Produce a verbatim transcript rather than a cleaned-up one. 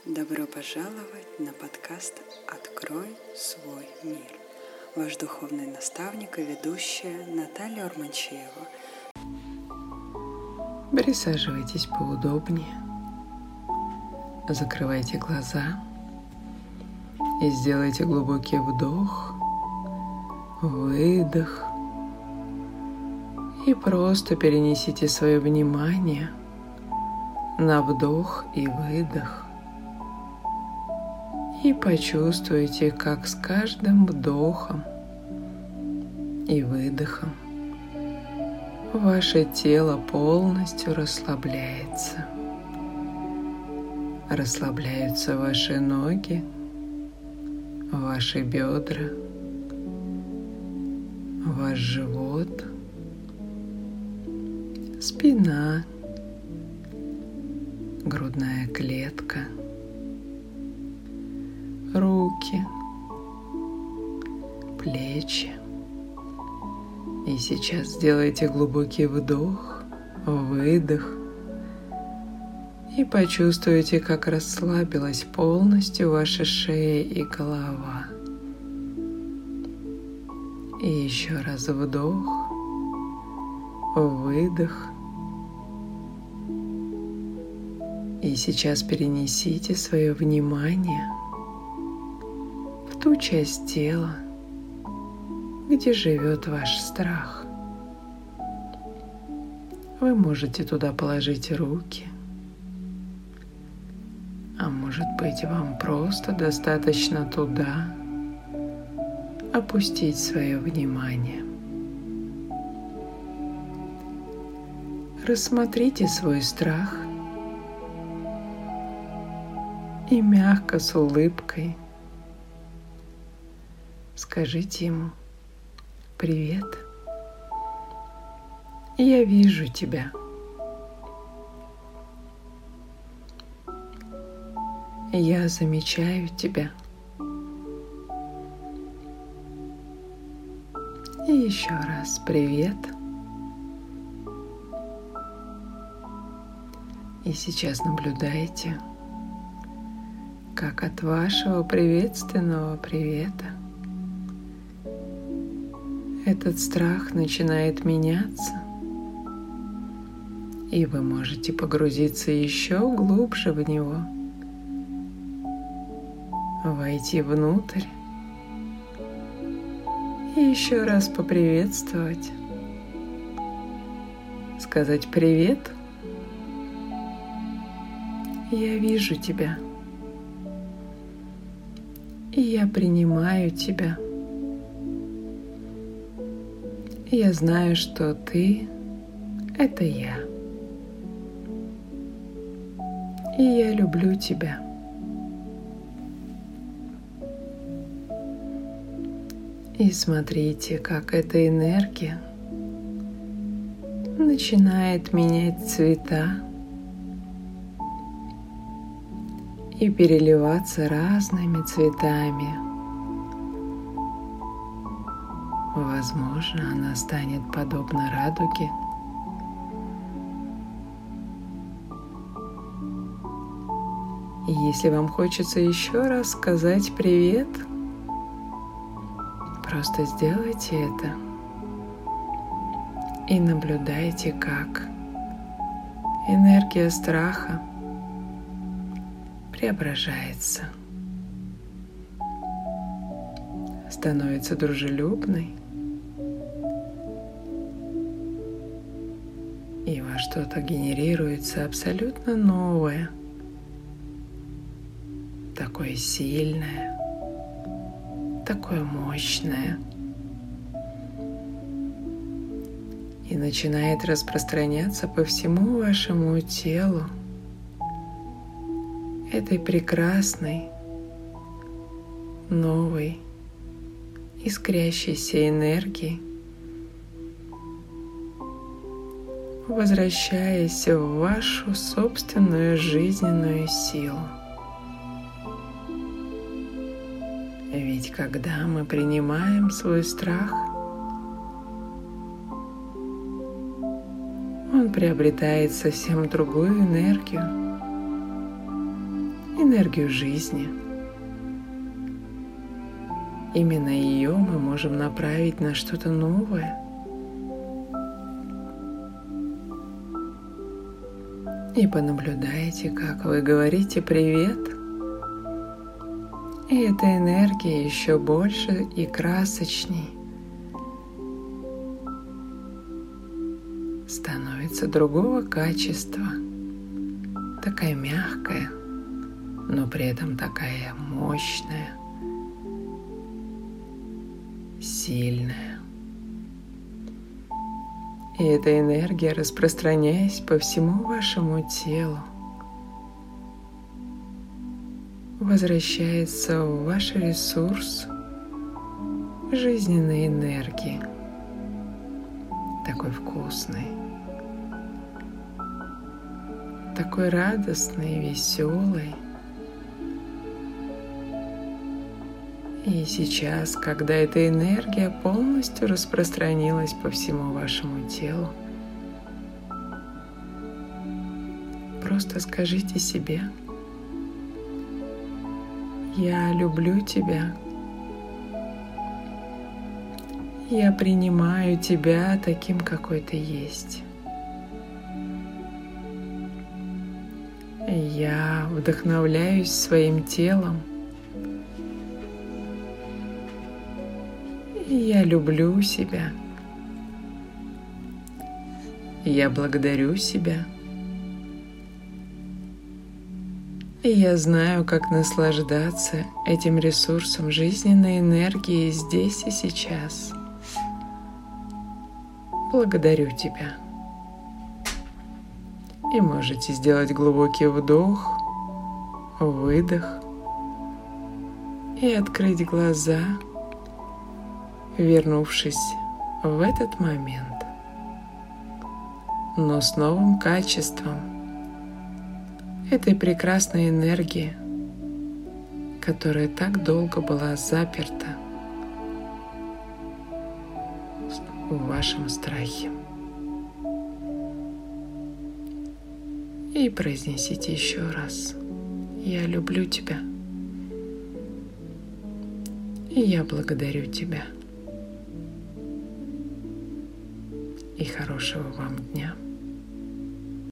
Добро пожаловать на подкаст «Открой свой мир». Ваш духовный наставник и ведущая Наталья Урманчиева. Присаживайтесь поудобнее, закрывайте глаза и сделайте глубокий вдох, выдох и просто перенесите свое внимание на вдох и выдох. И почувствуйте, как с каждым вдохом и выдохом ваше тело полностью расслабляется. Расслабляются ваши ноги, ваши бедра, ваш живот, спина, грудная клетка, руки, плечи. И сейчас сделайте глубокий вдох, выдох и почувствуйте, как расслабилась полностью ваша шея и голова. И еще раз вдох, выдох. И сейчас перенесите свое внимание в ту часть тела, где живет ваш страх. Вы можете туда положить руки, а может быть, вам просто достаточно туда опустить свое внимание. Рассмотрите свой страх и мягко, с улыбкой скажите ему: «Привет, я вижу тебя. Я замечаю тебя». И еще раз привет. И сейчас наблюдайте, как от вашего приветственного привета этот страх начинает меняться, и вы можете погрузиться еще глубже в него, войти внутрь и еще раз поприветствовать, сказать: «Привет, я вижу тебя, и я принимаю тебя. Я знаю, что ты — это я. И я люблю тебя». И смотрите, как эта энергия начинает менять цвета и переливаться разными цветами. Возможно, она станет подобна радуге. И если вам хочется еще раз сказать привет, просто сделайте это и наблюдайте, как энергия страха преображается, становится дружелюбной и во что-то генерируется абсолютно новое, такое сильное, такое мощное, и начинает распространяться по всему вашему телу этой прекрасной, новой, искрящейся энергии, возвращаясь в вашу собственную жизненную силу. Ведь когда мы принимаем свой страх, он приобретает совсем другую энергию энергию жизни. Именно ее мы можем направить на что-то новое. И понаблюдайте, как вы говорите «привет». И эта энергия еще больше и красочней становится другого качества, такая мягкая, но при этом такая мощная, сильная. И эта энергия, распространяясь по всему вашему телу, возвращается в ваш ресурс жизненной энергии, такой вкусной, такой радостной, веселой. И сейчас, когда эта энергия полностью распространилась по всему вашему телу, просто скажите себе: «Я люблю тебя. Я принимаю тебя таким, какой ты есть. Я вдохновляюсь своим телом. Я люблю себя. Я благодарю себя. И я знаю, как наслаждаться этим ресурсом жизненной энергии здесь и сейчас. Благодарю тебя». И можете сделать глубокий вдох, выдох и открыть глаза, вернувшись в этот момент, но с новым качеством этой прекрасной энергии, которая так долго была заперта в вашем страхе. И произнесите еще раз: «Я люблю тебя. И я благодарю тебя». И хорошего вам дня.